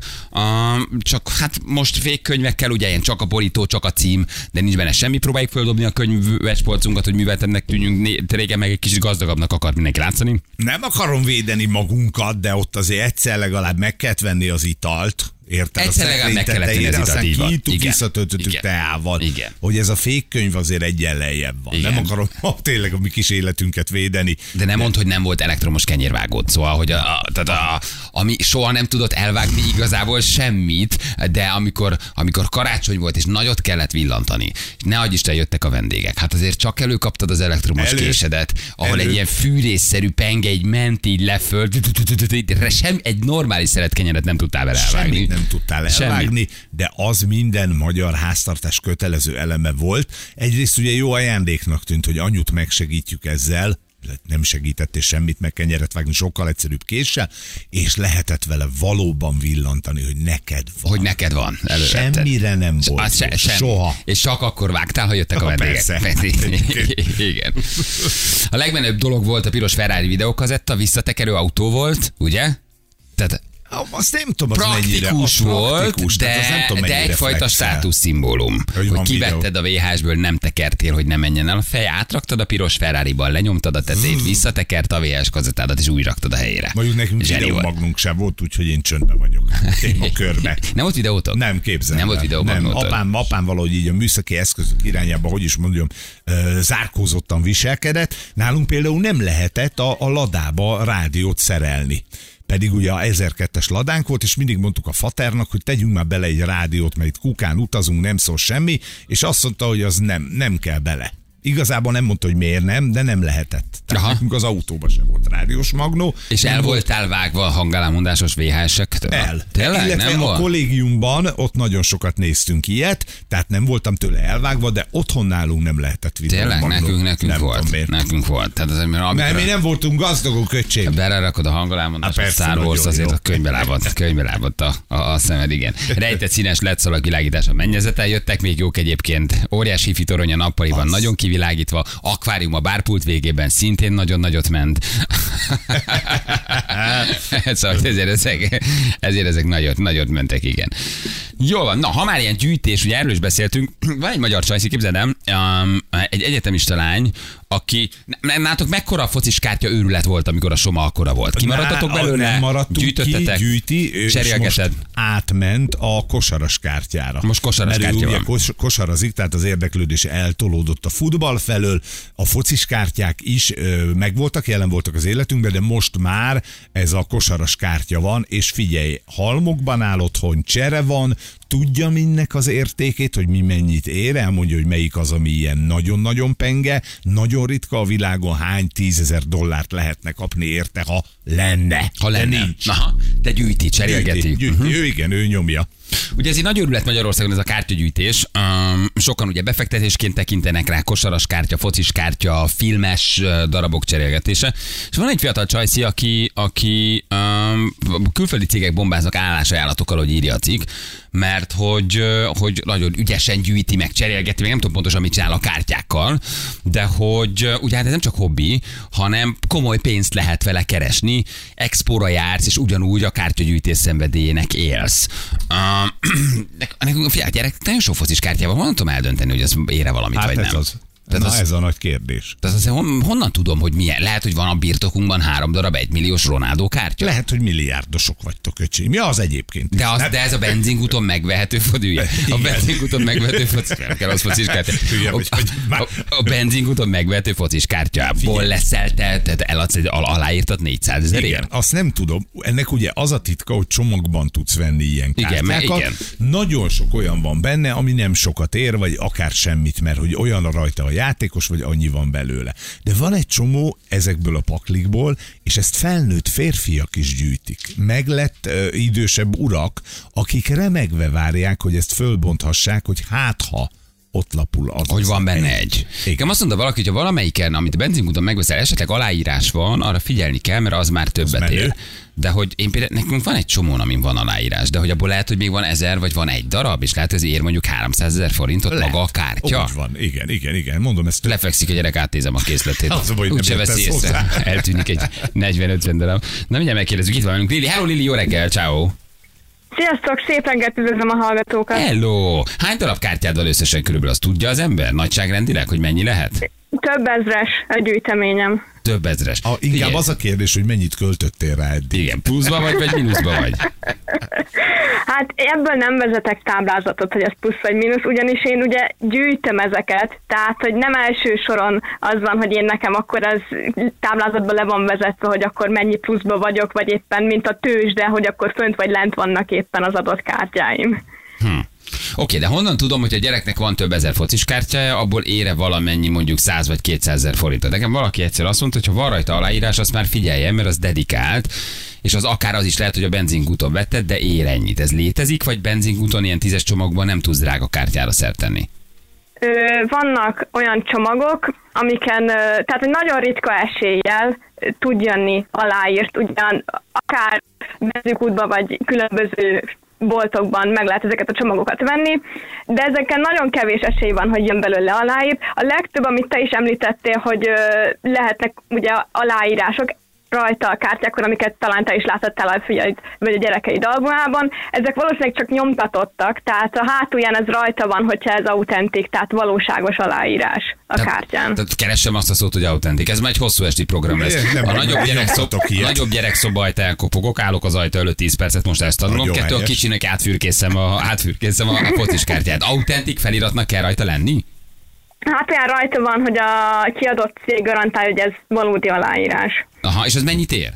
hát most fékkönyvekkel ugye ilyen csak a borító, csak a cím, de nincs benne semmi, próbáljuk földobni a könyves polcunkat, hogy műveltenek tűnjünk, régen meg egy kicsit gazdagabbnak akar mindenki látszani. Nem akarom védeni magunkat, de ott azért egyszer legalább meg kellett venni az italt. Érted? Egyszer legalább meg kellett tenni az itat, így van. Aztán visszatöltöttük teával. Igen. Hogy ez a fékkönyv azért egyen lejjebb van. Igen. Nem akarom tényleg a mi kis életünket védeni. De nem mondd, hogy nem volt elektromos kenyérvágód. Szóval, hogy ami soha nem tudott elvágni igazából semmit, de amikor karácsony volt, és nagyot kellett villantani, és ne adj Isten, jöttek a vendégek. Hát azért csak előkaptad az elektromos késedet, ahol egy ilyen fűrészszerű penge így ment így leföl, sem egy normális szeretkenyeret nem tudtál vele elvágni. Nem tudtál elvágni, de az minden magyar háztartás kötelező eleme volt. Egyrészt ugye jó ajándéknak tűnt, hogy anyut megsegítjük ezzel, nem segített és semmit, meg kenyeret vágni sokkal egyszerűbb késsel, és lehetett vele valóban villantani, hogy neked van. Hogy neked van. Elővetted. Semmire nem volt. Soha. És csak akkor vágtál, ha jöttek a vendégek. Igen. A legmenőbb dolog volt a piros Ferrari videókazetta, visszatekerő autó volt, ugye? Tehát azt nem tudom, praktikus volt, de egyfajta státuszszimbólum. Hogy kivetted a VHS-ből, nem tekertél, hogy ne menjen el a fej, átraktad a piros Ferrari-ban, lenyomtad a tetejét, visszatekert a VHS kazettádat, és úgy raktad a helyére. Mondjuk nekünk videómagnunk sem volt, úgyhogy én csöndben vagyok. Témakörbe. Nem volt videótok? Nem, képzelem. Nem volt videómagnótok. Apám valahogy így a műszaki eszközök irányába, hogy is mondjam, zárkózottan viselkedett. Nálunk például nem lehetett a ladába rádiót szerelni. Pedig ugye a 1002-es ladánk volt, és mindig mondtuk a faternak, hogy tegyünk már bele egy rádiót, mert itt kukán utazunk, nem szól semmi, és azt mondta, hogy az nem kell bele. Igazából nem mondta, hogy miért nem, de nem lehetett. Tehát nekünk az autóban sem volt rádiós magnó. És el voltál vágva a hangálámondásos VHS-ektől? Tényleg? Illetve nem a kollégiumban ott nagyon sokat néztünk ilyet, tehát nem voltam tőle elvágva, de otthon nálunk nem lehetett videómagnó. Tényleg? Nekünk volt. Tehát az, mi nem voltunk gazdagok, öcsém. Belerakod a hangálámondásos Star Wars, azért a könyvbe lábadt a szemed, igen. Rejtett színes LED-szalag világítás a mennyezeten, jöttek még jók egyébként. Óriási hifi torony a nappaliban, nagyon kivilágítva, akvárium a bárpult végében szintén nagyon nagyot ment. Szóval ezért ezek nagyot mentek, igen. Jó van, na, ha már ilyen gyűjtés, ugye erről is beszéltünk, van egy magyar csajszi, képzeld el, egy egyetemista lány, aki, nem látok, mekkora focis kártya őrület volt, amikor a Soma akkora volt. Kimaradtatok belőle? Nem maradtunk gyűjtöttetek, gyűjti, és most átment a kosaras kártyára. Most kosaras kártya van. Ugye kosarazik, tehát az érdeklődés eltolódott a futball felől, a focis kártyák is megvoltak, jelen voltak az életünkben, de most már ez a kosaras kártya van, és figyelj, halmokban áll otthon, csere van, tudja mindnek az értékét, hogy mi mennyit ér, elmondja, hogy melyik az, ami ilyen nagyon-nagyon penge, nagyon ritka a világon, hány $10,000 lehetne kapni érte, ha lenne. Ha lenne. Nincs. Aha, de gyűjti, cserélgeti. Ő nyomja. Ugye ez egy nagy örület Magyarországon, ez a kártyagyűjtés. Sokan ugye befektetésként tekintenek rá, kosaras kártya, focis kártya, filmes darabok cserélgetése. És van egy fiatal csajszi, aki külföldi cégek bombáznak állásajánlatokkal, hogy írja a cikk, mert hogy nagyon ügyesen gyűjti, meg cserélgeti, meg nem tudom pontosan mit csinál a kártyákkal, de hogy ugye hát ez nem csak hobbi, hanem komoly pénzt lehet vele keresni, expóra jársz, és ugyanúgy a kártyagyűjtés szenvedélyének élsz. Nekünk a gyerek nagyon sok focis kártyában, honnan tudom eldönteni, hogy az ére valamit, hát vagy ez nem? Ez a nagy kérdés. Tehát honnan tudom, hogy milyen? Lehet, hogy van a birtokunkban 3 darab 1 milliós Ronaldo kártya? Lehet, hogy milliárdosok vagytok, öcsém. Mi az egyébként? De ez a benzinkúton megvehető foci. A benzinkúton megvehető focis kártya. Az focis kártya. A benzinkúton megvehető focis kártyából leszel te eladsz egy aláírtat 400 000 Igen, azt nem tudom. Ennek ugye az a titka, hogy csomagban tudsz venni ilyen kártyákat. Igen. Nagyon sok olyan van benne, ami nem sokat ér, vagy akár semmit, mert hogy olyan rajta a játékos, vagy annyi van belőle. De van egy csomó ezekből a paklikból, és ezt felnőtt férfiak is gyűjtik. Meglett idősebb urak, akik remegve várják, hogy ezt fölbonthassák, hogy hát ha ott lapul az. Hogy van benne egy. Igen. Igen, azt mondta valaki, hogy ha valamelyiken, amit a benzinkúton megveszel, esetleg aláírás van, arra figyelni kell, mert az már többet menő. ér. De hogy én például, nekünk van egy csomón, amin van aláírás, de hogy abból lehet, hogy még van 1000, vagy van egy darab, és lehet, hogy ez ér mondjuk 300 000 forintot maga a kártya. Úgy van, igen. Mondom, ezt Lefekszik a gyerek, átnézem a készletét. Az a baj, hogy úgyse nem veszi értesz észre. hozzá. Eltűnik egy 40-50 darab. Na mindjárt megkérdezzük, itt van velünk Lili. Hello Lili, jó reggel, ciao. Sziasztok, szép reggelt, üdvözlöm a hallgatókat. Hello. Hány darab kártyád van összesen körülbelül, azt tudja az ember? Nagyságrendileg, hogy mennyi lehet? Több ezres a gyűjteményem. Több ezres. Inkább Figyelj. az a kérdés, hogy mennyit költöttél rá eddig. Igen, pluszba vagy mínuszba vagy? Hát ebből nem vezetek táblázatot, hogy ez plusz vagy mínusz, ugyanis én ugye gyűjtöm ezeket, tehát hogy nem első soron az van, hogy én nekem akkor ez táblázatban le van vezetve, hogy akkor mennyi pluszba vagyok, vagy éppen mint a tőzsde, hogy akkor fönt vagy lent vannak éppen az adott kártyáim. Oké, de honnan tudom, hogy a gyereknek van több ezer focis kártyája, abból ére valamennyi mondjuk 100 vagy 200 000 forintot. Nekem valaki egyszer azt mondta, hogy ha van rajta aláírás, azt már figyeljen, mert az dedikált, és az akár az is lehet, hogy a benzinkúton vetted, de ér ennyit. Ez létezik, vagy benzinkúton ilyen 10-es csomagban nem tudsz drága kártyára szert tenni? Vannak olyan csomagok, amiken, tehát egy nagyon ritka eséllyel tud jönni aláírt, ugyan akár benzinkútban vagy különböző boltokban meg lehet ezeket a csomagokat venni, de ezeken nagyon kevés esély van, hogy jön belőle aláírt. A legtöbb, amit te is említettél, hogy lehetnek ugye aláírások rajta a kártyákon, amiket talán te is látottál a fiaid vagy a gyerekeid albumában, ezek valószínűleg csak nyomtatottak, tehát a hátulján ez rajta van, hogyha ez autentik, tehát valóságos aláírás a kártyán. Tehát keressem azt a szót, hogy autentik. Ez már egy hosszú esti program lesz. Nem, A nagyobb ilyet. gyerekszoba ajta elkopogok, állok az ajta előtt 10 percet, most ezt tanulom. Nagyon Kettő, a helyes. kicsinek átfürkészem a focis kártyát. Autentik feliratnak kell rajta lenni? Hát olyan rajta van, hogy a kiadott cég garantálja, hogy ez valódi aláírás. Aha, és ez mennyit ér?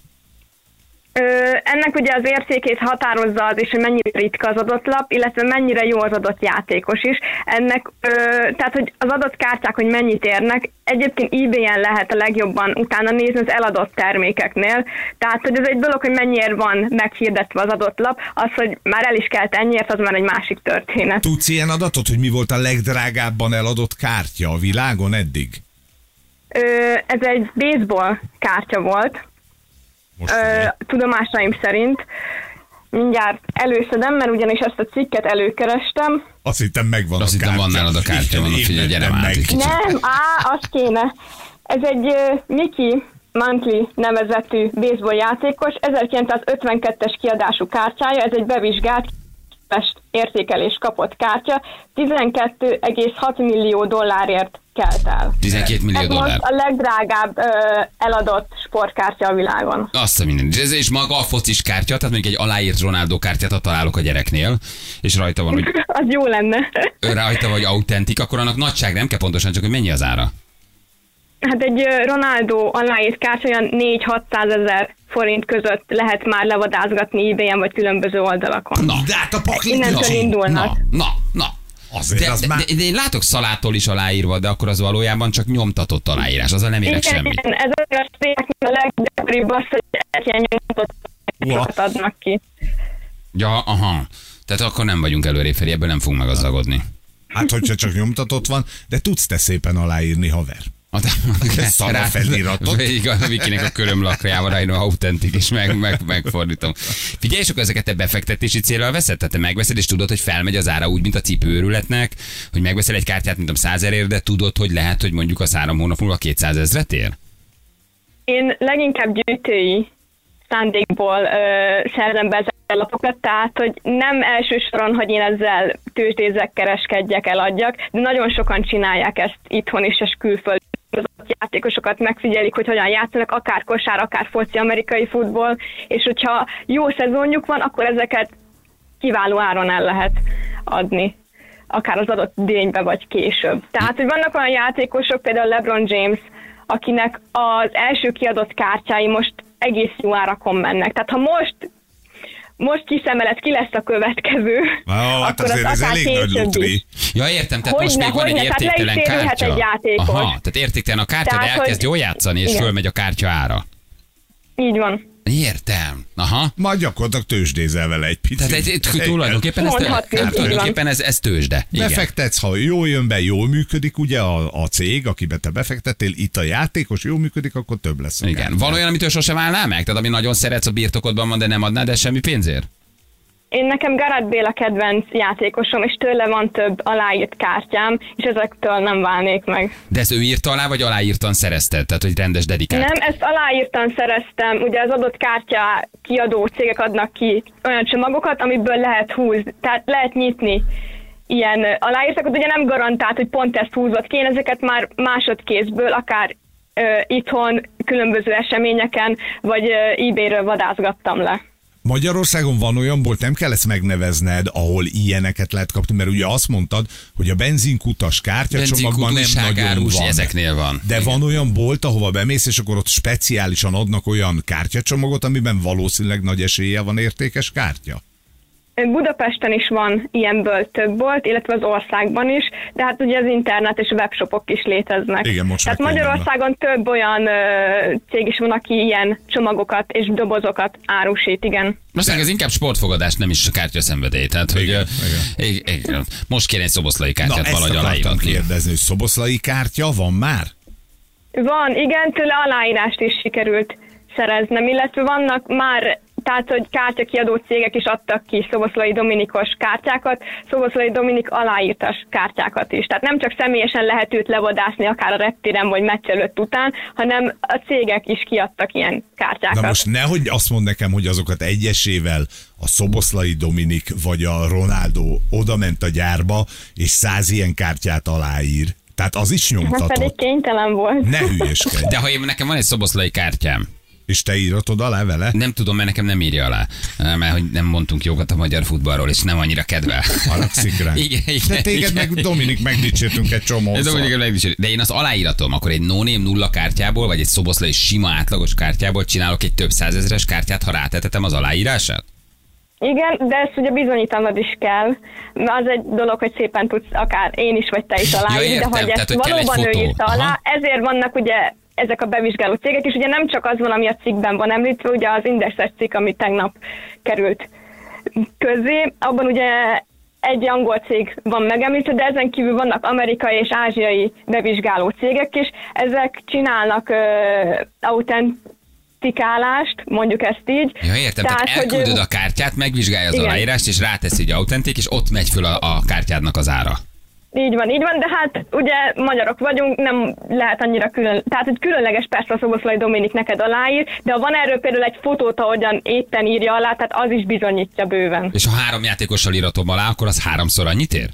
Ennek ugye az értékét határozza az is, hogy mennyire ritka az adott lap, illetve mennyire jó az adott játékos is. Ennek, tehát, hogy az adott kártyák, hogy mennyit érnek, egyébként eBay-en lehet a legjobban utána nézni az eladott termékeknél. Tehát, hogy ez egy dolog, hogy mennyiért van meghirdetve az adott lap, az, hogy már el is kelt ennyiért, az már egy másik történet. Tudsz ilyen adatot, hogy mi volt a legdrágábban eladott kártya a világon eddig? Ez egy baseball kártya volt. Tudomásaim szerint. Mindjárt előszedem, mert ugyanis ezt a cikket előkerestem. Azt hittem megvan Azt a hittem kártya. van nálad a kártya, mondom, figyelj, gyere már egy kicsit. Nem, az kéne. Ez egy Mickey Mantle nevezetű baseball játékos, 1952-es kiadású kártyája, ez egy bevizsgált értékelés kapott kártya, 12,6 millió dollárért kelt el. 12 millió Ez most dollár. a legdrágább eladott sportkártya a világon. Azt a minden. És maga a focis kártya, tehát mondjuk egy aláírt Ronaldo kártyát találok a gyereknél, és rajta van, hogy Az jó lenne. rajta vagy autentik, akkor annak nagyság nem kell pontosan, csak hogy mennyi az ára. Hát egy Ronaldo aláírt kártya olyan 4-600 ezer forint között lehet már levadázgatni eBay-en vagy különböző oldalakon. Na, De hát a pakli Innentől indulnak. Na. Azért az már... De én látok Szalától is aláírva, de akkor az valójában csak nyomtatott aláírás, azzal nem érek semmit. Igen, ez az a leggyakoribb az, hogy ilyen nyomtatott adnak ki. Ja, aha. Tehát akkor nem vagyunk előrébb felé, ebből nem fogunk meggazdagodni. Hát, hogyha csak nyomtatott van, de tudsz te szépen aláírni, haver. Szar a feliratot. Igen, a Vikinek a körömlakjával rájön autentik, és megfordítom. Figyelj, és akkor ezeket te befektetési célral veszed? Tehát te megveszed, és tudod, hogy felmegy az ára úgy, mint a cipőőrületnek, hogy megveszel egy kártyát, mint a 100 000, de tudod, hogy lehet, hogy mondjuk az 3 hónap múlva 200 000 ér? Én leginkább gyűjtői szándékból szerzem be ezeket a lapokat, tehát hogy nem elsősoron, hogy én ezzel tőzsdézzek, kereskedjek, eladjak, de nagyon sokan csinálják ezt itthon is, és külföldön. Az játékosokat megfigyelik, hogy hogyan játszanak, akár kosár, akár foci, amerikai futball, és hogyha jó szezonjuk van, akkor ezeket kiváló áron el lehet adni, akár az adott idénybe, vagy később. Tehát, hogy vannak olyan játékosok, például LeBron James, akinek az első kiadott kártyái most egész jó árakon mennek. Tehát ha most kiszemeled, ki lesz a következő, Hát akkor az azért ez akár elég nagy később lutri. is. Ja, értem, tehát most még van egy tehát le is értéktelen sérülhet kártya. egy játékos. Aha, tehát értéktelen a kártya, de Tehát, elkezd hogy- jól játszani, és igen. fölmegy a kártya ára. Így van. Értem. Aha. Majd gyakorlatilag tőzsdézel vele egy picit. Tehát tulajdonképpen ez tőzsde. Igen. Befektetsz, ha jól jön be, jól működik, ugye a cég, akiben te befektettél, itt a játékos jól működik, akkor több lesz. Igen. Van olyan, amitől sose válnál meg? Tehát ami nagyon szeretsz, a birtokodban van, de nem adnád el semmi pénzért? Én nekem Gareth Bale a kedvenc játékosom, és tőle van több aláírt kártyám, és ezektől nem válnék meg. De ezt ő írta alá, vagy aláírtan szerezted? Tehát, hogy rendes dedikált? Nem, ezt aláírtan szereztem. Ugye az adott kártya kiadó cégek adnak ki olyan csomagokat, amiből lehet húzni, tehát lehet nyitni ilyen aláírtakat. Ugye nem garantált, hogy pont ezt húzott ki, én ezeket már másodkézből, akár itthon, különböző eseményeken, vagy eBay-ről vadászgattam le. Magyarországon van olyan bolt, nem kell ezt megnevezned, ahol ilyeneket lehet kapni, mert ugye azt mondtad, hogy a benzinkutas kártyacsomagban nem nagyon van. Ezeknél van. De van olyan bolt, ahova bemész, és akkor ott speciálisan adnak olyan kártyacsomagot, amiben valószínűleg nagy eséllyel van értékes kártya? Budapesten is van ilyenből több bolt, illetve az országban is, de hát ugye az internet és a webshopok is léteznek. Igen, most tehát Magyarországon több olyan cég is van, aki ilyen csomagokat és dobozokat árusít, igen. Most ez inkább sportfogadás, nem is kártyaszenvedély. Tehát, hogy igen. Most kéne egy szoboszlai kártyát valahogy aláírni. Kérdezni, hogy szoboszlai kártya van már? Van, igen, tőle aláírást is sikerült szereznem, illetve vannak már, tehát, hogy kártyakiadó cégek is adtak ki Szoboszlai Dominikos kártyákat, Szoboszlai Dominik aláírtas kártyákat is. Tehát nem csak személyesen lehet őt levadászni, akár a reptéren vagy meccs előtt után, hanem a cégek is kiadtak ilyen kártyákat. Na most nehogy azt mondd nekem, hogy azokat egyesével a Szoboszlai Dominik vagy a Ronaldo oda ment a gyárba, és 100 ilyen kártyát aláír. Tehát az is nyomtatott. Hát pedig kénytelen volt. Ne hülyeskedj. De ha nekem van egy szoboszlai kártyám, és te írhatod alá vele? Nem tudom, mert nekem nem írja alá. Mert hogy nem mondtunk jókat a magyar futballról, és nem annyira kedvel. Haragszik rá. Igen. De téged meg Dominik megdicsértünk egy csomószor. De én az aláíratom, akkor egy no-name nulla kártyából, vagy egy szoboszlai sima átlagos kártyából csinálok egy több százezeres kártyát, ha rátetetem az aláírását? Igen, de ezt ugye bizonyítanod is kell. Az egy dolog, hogy szépen tudsz akár én is, vagy te is aláírni, de hogy ezt valóban ő írta alá, ezért vannak ugye ezek a bevizsgáló cégek, és ugye nem csak az van, ami a cikkben van említve, ugye az Indexes cikk, ami tegnap került közzé, abban ugye egy angol cég van megemlítve, de ezen kívül vannak amerikai és ázsiai bevizsgáló cégek is, ezek csinálnak autentikálást, mondjuk ezt így. Ja, értem, tehát elküldöd a kártyát, megvizsgálja az aláírást, és ráteszi, hogy autentik, és ott megy föl a kártyádnak az ára. Így van, de hát ugye magyarok vagyunk, nem lehet annyira tehát hogy különleges persze a Szoboszlai Dominik neked aláír, de ha van erről például egy fotót, ahogyan éppen írja alá, tehát az is bizonyítja bőven. És ha 3 játékossal íratom alá, akkor az 3-szor annyit ér?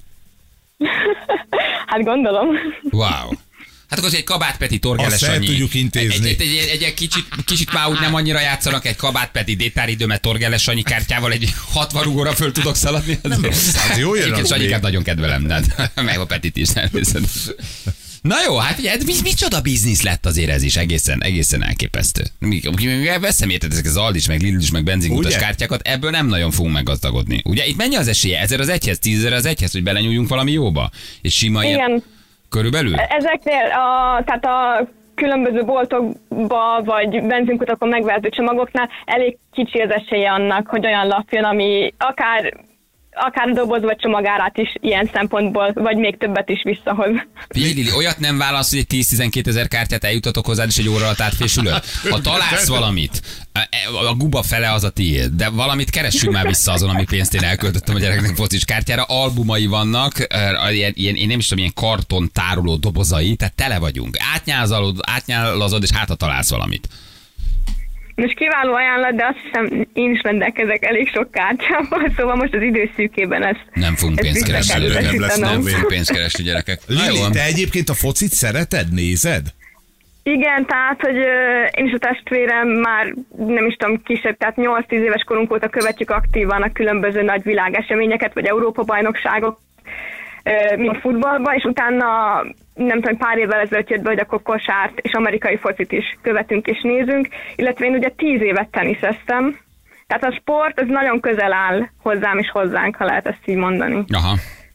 Hát gondolom. Wow. Hát akkor egy Kabát Peti, Torgyeles Sanyi. Azt el tudjuk intézni. Egy kicsit már úgy nem annyira játszanak, egy Kabát Peti, Détár időmet Torgyeles Sanyi kártyával egy 60 rugóra föl tudok szaladni. Nem rossz, az jó jön. Egyébként Sanyikát nagyon kedvelem, de meg a Petit is természetesen. Na jó, hát ugye, micsoda biznisz lett azért ez is, egészen elképesztő. Veszem érted ezek az Aldis, meg Lidl is, meg benzinkutas kártyákat, ebből nem nagyon fogunk meggazdagodni. Ugye itt mennyi az esélye? 1000 az egyhez, 10.000 az egyhez, hogy belenyúljunk valami jóba? És sima ilyen... Körülbelül? Ezeknél tehát a különböző boltokba vagy benzinkutakon megvehető csomagoknál elég kicsi az esélye annak, hogy olyan lap jön, ami akár doboz vagy csomagárát is ilyen szempontból, vagy még többet is visszahoz. Lili, olyat nem válasz, hogy egy 10-12 ezer kártyát eljutatok hozzád, és egy óra alatt átfésülök? Ha találsz valamit, a guba fele az a tiéd, de valamit keressünk már vissza azon, ami pénzt én elköltöttem a gyereknek focis kártyára. Albumai vannak, én nem is tudom, ilyen karton tároló dobozai, tehát tele vagyunk. Átnyálazod, és hátra találsz valamit. Most kiváló ajánlat, de azt hiszem, én is rendelkezek elég sok kártyával, szóval most az időszűkében ezt... Nem fogunk pénzt keresni, nem fogunk pénzt keresni, gyerekek. Lili, te egyébként a focit szereted, nézed? Igen, tehát, hogy én is a testvérem már nem is tudom kisebb, tehát 8-10 éves korunk óta követjük aktívan a különböző nagy világeseményeket, vagy Európa-bajnokságok, mint futballban, és utána nem tudom, pár évvel ezelőtt jött be, hogy akkor kosárt és amerikai focit is követünk és nézünk, illetve én ugye 10 évet teniszeztem, tehát a sport az nagyon közel áll hozzám és hozzánk, ha lehet ezt így mondani. Aha.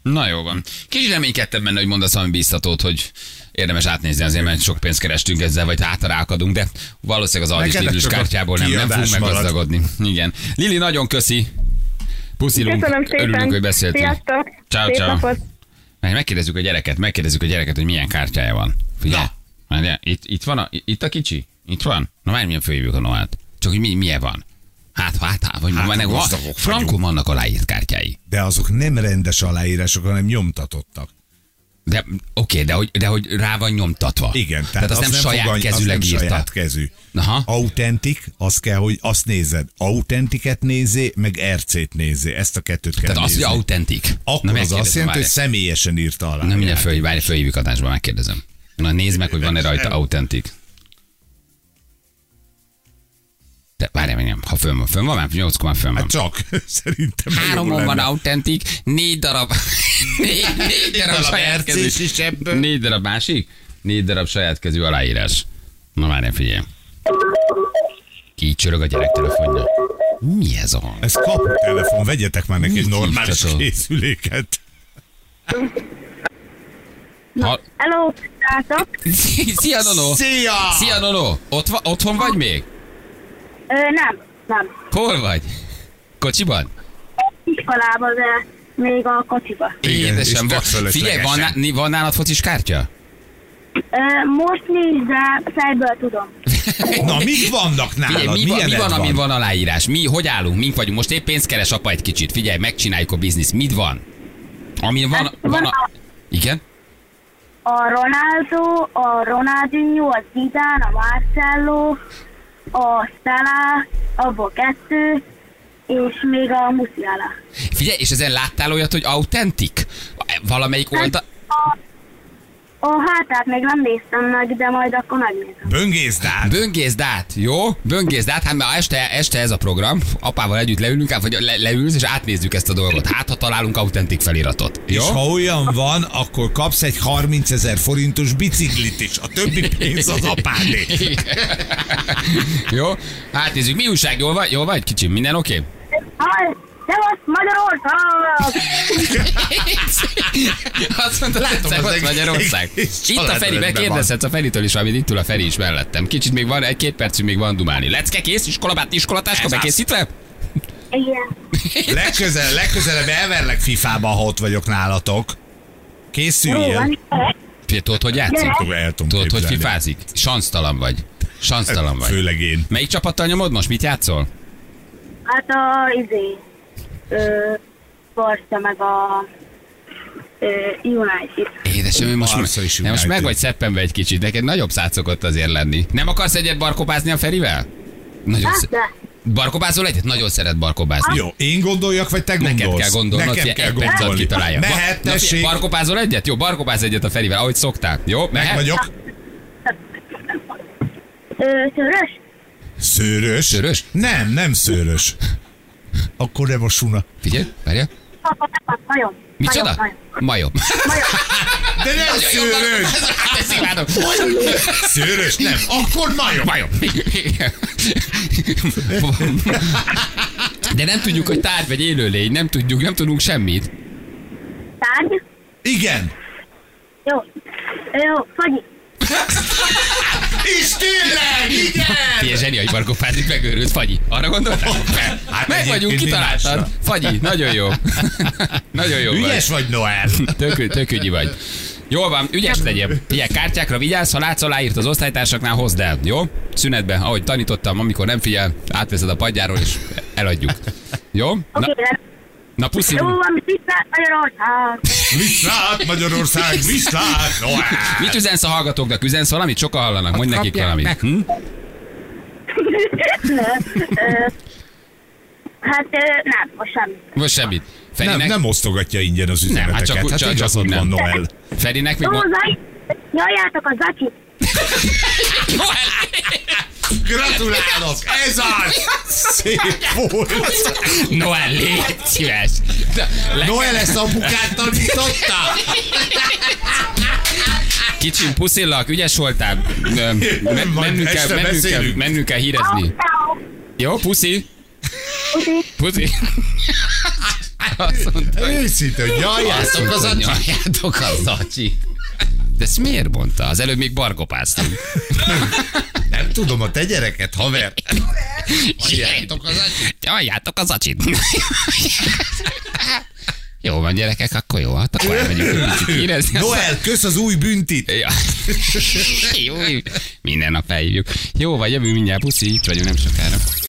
Na jó van. Kicsit reménykedtem benne, hogy mondasz valami biztatót, hogy érdemes átnézni azért, mert sok pénzt kerestünk ezzel, vagy rákadunk, de valószínűleg az Aldis Lidl kártyából nem fogunk meggazdagodni. Igen. Lili, nagyon köszi. Puszilunk. Köszönöm szépen. Örülünk, hogy beszéltünk. Sziasztok. Ciao, Szép ciao. napot. Megkérdezzük a gyereket, hogy milyen kártyája van. Figyelj. Itt van itt a kicsi? Itt van? Na már milyen fölhívjuk a Noát. Csak hogy milyen van. Hát, vagy frankon vannak aláírt kártyái. De azok nem rendes aláírások, hanem nyomtatottak. De oké, de hogy rá van nyomtatva. Igen, tehát az nem saját kezűleg írta. Saját kezű. Aha. Autentik, az kell, hogy azt nézed. Autentiket nézzé, meg RC-t nézzé. Ezt a kettőt kell Tehát az, nézni. hogy autentik. Akkor az azt jelenti, hogy személyesen írta alá. Na mindjárt fölhívjuk adásban, megkérdezem. Na nézd meg, hogy van-e rajta autentik. De várjál meg, nem. Ha fönn van, már 8-kor már fönn van. Hát csak, szerintem. 3-on van autentik, 4 darab. 4 darab saját kezű. 4 darab másik? 4 darab saját kezű aláírás. Na várjál, figyelj. Ki csörög a gyerek telefonja. Mi ez a hang? Ez kaputelefon, vegyetek már neki egy normális hívtató? készüléket. Hello, srácok. Szia, Nono! Szia, Nono! Otthon vagy még? Nem. Hol vagy? Kocsiban? Iskolában, de még a kocsiba. Édesem, és tök figyelj, fölöslegesen. van nálad focis kártya? Most nincs, de fejből tudom. Na, mik vannak nálad? Figyelj, mi Milyened van, amin van aláírás? Hogy állunk? Mink vagyunk? Most épp pénzt keres apa egy kicsit. Figyelj, megcsináljuk a biznisz. Mit van? Amin van a... Igen? A Ronaldo, a Ronaldinho, a Zidane, a Marcelo, a Salah, abból 2, és még a Musiala. Figyelj, és ezen láttál olyat, hogy autentik? Valamelyik oldal... Hát még nem néztem meg, de majd akkor megnézem. Böngészd át. Jó? Böngészd át, hát már este ez a program. Apával együtt leülünk, vagy leülsz, és átnézzük ezt a dolgot. Hát, ha találunk autentik feliratot. Jó? És ha olyan van, akkor kapsz egy 30 000 forintos biciklit is. A többi pénz az apádé. Jó? Hát nézzük, mi újság? Jól vagy, kicsim? Minden oké? Szevasz, Magyarország! Azt mondta, látom, Magyarország. Itt a Feri, bekérdezhetsz a Feritől is, amit itt ül a Feri is mellettem. Kicsit még van, 2 percig még van dumálni. Lecke, kész, iskolatáska bekészítve? Igen. Legközelebb elverlek FIFA-ba, ha ott vagyok nálatok. Készüljél. Tudod, hogy játszik? Tudod, hogy fifázik? Sansztalan vagy. Főleg én. Melyik csapattal nyomod most? Mit játszol? Hát a Barca meg a United. Édesem, most meg vagy szeppenve egy kicsit, neked nagyobb szád szokott azért lenni. Nem akarsz egyet barkobázni a Ferivel? Barkobázol egyet? Nagyon szeret barkobázni. Jó, én gondoljak, vagy te gondolsz? Neked kell gondolnod, Nekem kell gondolni. Kitalálja. Mehet, tessék. Barkobázol egyet? Jó, barkobáz egyet a Ferivel, ahogy szoktál. Jó, Meg vagyok. Szőrös? Szőrös? Nem szőrös. Akkor nem a suna. Figyelj, várjál. Majom. Micsoda? Majom. De nem szőrös. Szőrös, nem. Akkor majom. De nem tudjuk, hogy tárgy vagy élőlény. Nem tudunk semmit. Tárgy? Igen. Jó, Fagyi. És tényleg, igen! Figyelj, zseniai barkopázik, megőrült, Fagyi. Arra gondoltál? Hát meg vagyunk, kitaláltad. Fagyi, nagyon jó. Nagyon jó. Ügyes vagy, Noel. Tök ügyi vagy. Jól van, ügyes legyél. Figyelj, kártyákra vigyázz, ha látsz aláírt az osztálytársaknál, hozd el, jó? Szünetbe, ahogy tanítottam, amikor nem figyel, átveszed a padjáról és eladjuk. Jó? Na puszi. Jó van, viszlát Magyarország, viszlát Noel. Mit üzensz a hallgatóknak? Üzensz valamit? Sokan hallanak, mondj nekik valamit. Hát nem, most semmit. Ferinek... Nem osztogatja ingyen az üzeneteket. Hát igazad van, Noel. Ferinek még... Nyaljátok a zacsit. Gratulálok! Ez az! Szép volt! Noel, légy szíves! Noel ezt apukát tanította? Kicsim, puszillak, ügyes voltál. Mennünk kell hírezni. Jó, puszi? Puszi. Azt mondta, hogy Őszinte, hogy nyaljátok az zacsi. De ezt miért mondta? Az előbb még bargopáztunk. Nem tudom, a te gyereket, haver. Nyaljátok az zacsit. Jó van, gyerekek, akkor jó, hát akkor elmegyünk egy picit hírezni. Noel, kösz az új büntit. Ja. Jó, minden nap felhívjuk. Jó, vagy jövő mindjárt, puszi, itt vagyunk nem sokára.